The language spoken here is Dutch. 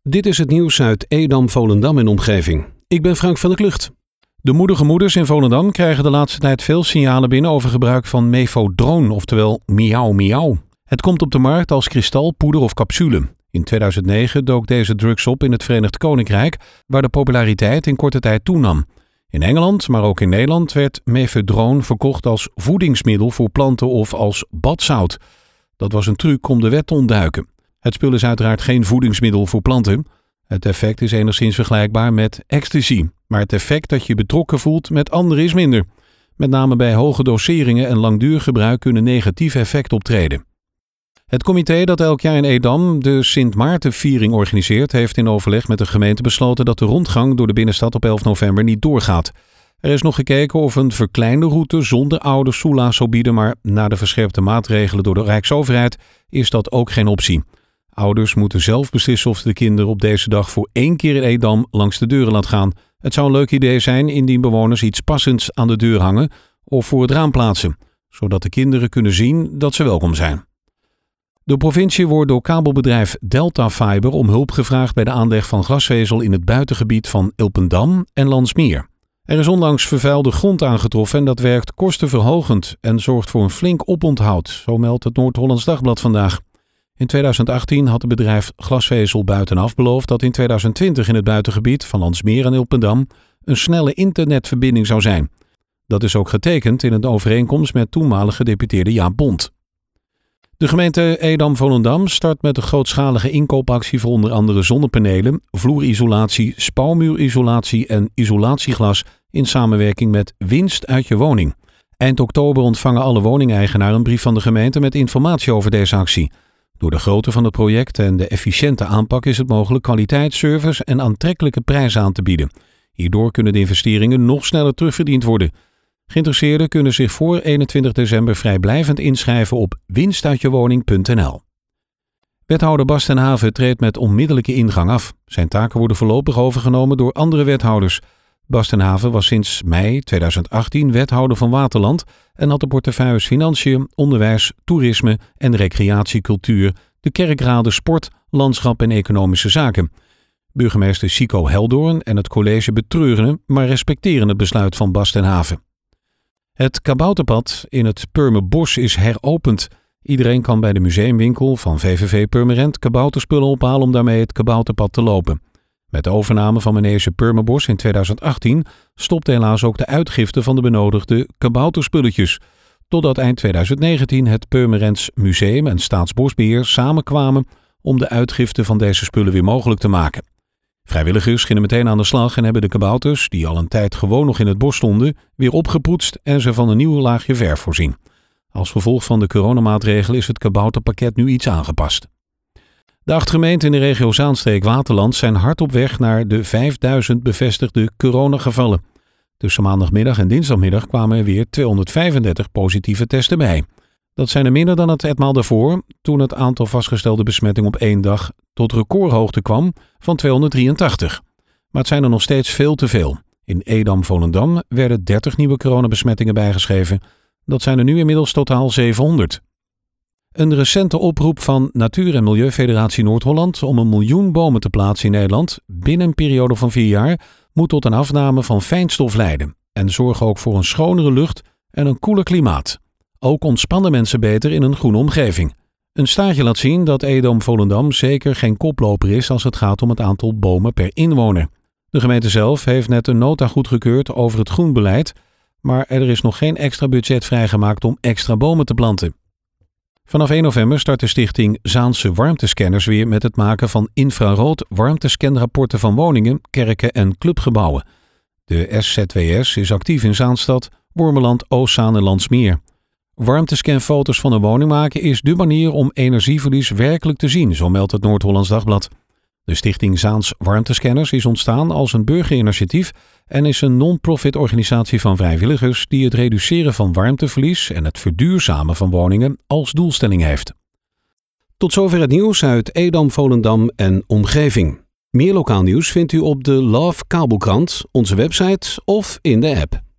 Dit is het nieuws uit Edam, Volendam en omgeving. Ik ben Frank van der Klucht. De moedige moeders in Volendam krijgen de laatste tijd veel signalen binnen over gebruik van mefedron, oftewel miauw miauw. Het komt op de markt als kristal, poeder of capsule. In 2009 dook deze drugs op in het Verenigd Koninkrijk, waar de populariteit in korte tijd toenam. In Engeland, maar ook in Nederland, werd mefedron verkocht als voedingsmiddel voor planten of als badzout. Dat was een truc om de wet te ontduiken. Het spul is uiteraard geen voedingsmiddel voor planten. Het effect is enigszins vergelijkbaar met ecstasy, maar het effect dat je betrokken voelt met anderen is minder. Met name bij hoge doseringen en langdurig gebruik kunnen negatieve effecten optreden. Het comité dat elk jaar in Edam de Sint Maartenviering organiseert, heeft in overleg met de gemeente besloten dat de rondgang door de binnenstad op 11 november niet doorgaat. Er is nog gekeken of een verkleinde route zonder ouders soelaas zou bieden, maar na de verscherpte maatregelen door de Rijksoverheid is dat ook geen optie. Ouders moeten zelf beslissen of ze de kinderen op deze dag voor 1 keer in Edam langs de deuren laat gaan. Het zou een leuk idee zijn indien bewoners iets passends aan de deur hangen of voor het raam plaatsen, zodat de kinderen kunnen zien dat ze welkom zijn. De provincie wordt door kabelbedrijf Delta Fiber om hulp gevraagd bij de aanleg van glasvezel in het buitengebied van Ilpendam en Landsmeer. Er is onlangs vervuilde grond aangetroffen en dat werkt kostenverhogend en zorgt voor een flink oponthoud, zo meldt het Noord-Hollands Dagblad vandaag. In 2018 had het bedrijf Glasvezel Buitenaf beloofd dat in 2020 in het buitengebied van Landsmeer en Ilpendam een snelle internetverbinding zou zijn. Dat is ook getekend in een overeenkomst met toenmalige gedeputeerde Jaap Bond. De gemeente Edam-Volendam start met een grootschalige inkoopactie voor onder andere zonnepanelen, vloerisolatie, spouwmuurisolatie en isolatieglas in samenwerking met Winst uit je woning. Eind oktober ontvangen alle woningeigenaren een brief van de gemeente met informatie over deze actie. Door de grootte van het project en de efficiënte aanpak is het mogelijk kwaliteit, service en aantrekkelijke prijzen aan te bieden. Hierdoor kunnen de investeringen nog sneller terugverdiend worden. Geïnteresseerden kunnen zich voor 21 december vrijblijvend inschrijven op winstuitjewoning.nl. Wethouder Bas ten Have treedt met onmiddellijke ingang af. Zijn taken worden voorlopig overgenomen door andere wethouders. Bas ten Have was sinds mei 2018 wethouder van Waterland en had de portefeuilles Financiën, Onderwijs, Toerisme en Recreatiecultuur, de kerkraden Sport, Landschap en Economische Zaken. Burgemeester Sico Heldoorn en het college betreuren, maar respecteren het besluit van Bas ten Have. Het kabouterpad in het Purmerbos is heropend. Iedereen kan bij de museumwinkel van VVV Purmerend kabouterspullen ophalen om daarmee het kabouterpad te lopen. Met de overname van Manege Purmerbos in 2018 stopte helaas ook de uitgifte van de benodigde kabouterspulletjes. Totdat eind 2019 het Purmerends Museum en Staatsbosbeheer samenkwamen om de uitgifte van deze spullen weer mogelijk te maken. Vrijwilligers gingen meteen aan de slag en hebben de kabouters, die al een tijd gewoon nog in het bos stonden, weer opgepoetst en ze van een nieuw laagje verf voorzien. Als gevolg van de coronamaatregelen is het kabouterpakket nu iets aangepast. De 8 gemeenten in de regio Zaanstreek-Waterland zijn hard op weg naar de 5000 bevestigde coronagevallen. Tussen maandagmiddag en dinsdagmiddag kwamen er weer 235 positieve testen bij. Dat zijn er minder dan het etmaal daarvoor, toen het aantal vastgestelde besmettingen op 1 dag tot recordhoogte kwam van 283. Maar het zijn er nog steeds veel te veel. In Edam-Volendam werden 30 nieuwe coronabesmettingen bijgeschreven. Dat zijn er nu inmiddels totaal 700. Een recente oproep van Natuur- en Milieufederatie Noord-Holland om 1 miljoen bomen te plaatsen in Nederland binnen een periode van 4 jaar moet tot een afname van fijnstof leiden en zorgen ook voor een schonere lucht en een koeler klimaat. Ook ontspannen mensen beter in een groene omgeving. Een staartje laat zien dat Edam-Volendam zeker geen koploper is als het gaat om het aantal bomen per inwoner. De gemeente zelf heeft net een nota goedgekeurd over het groenbeleid, maar er is nog geen extra budget vrijgemaakt om extra bomen te planten. Vanaf 1 november start de stichting Zaanse Warmtescanners weer met het maken van infrarood warmtescanrapporten van woningen, kerken en clubgebouwen. De SZWS is actief in Zaanstad, Wormeland, Oostzaan en Landsmeer. Warmtescanfoto's van een woning maken is dé manier om energieverlies werkelijk te zien, zo meldt het Noord-Hollands Dagblad. De stichting Zaans Warmtescanners is ontstaan als een burgerinitiatief en is een non-profit organisatie van vrijwilligers die het reduceren van warmteverlies en het verduurzamen van woningen als doelstelling heeft. Tot zover het nieuws uit Edam, Volendam en omgeving. Meer lokaal nieuws vindt u op de Love Kabelkrant, onze website of in de app.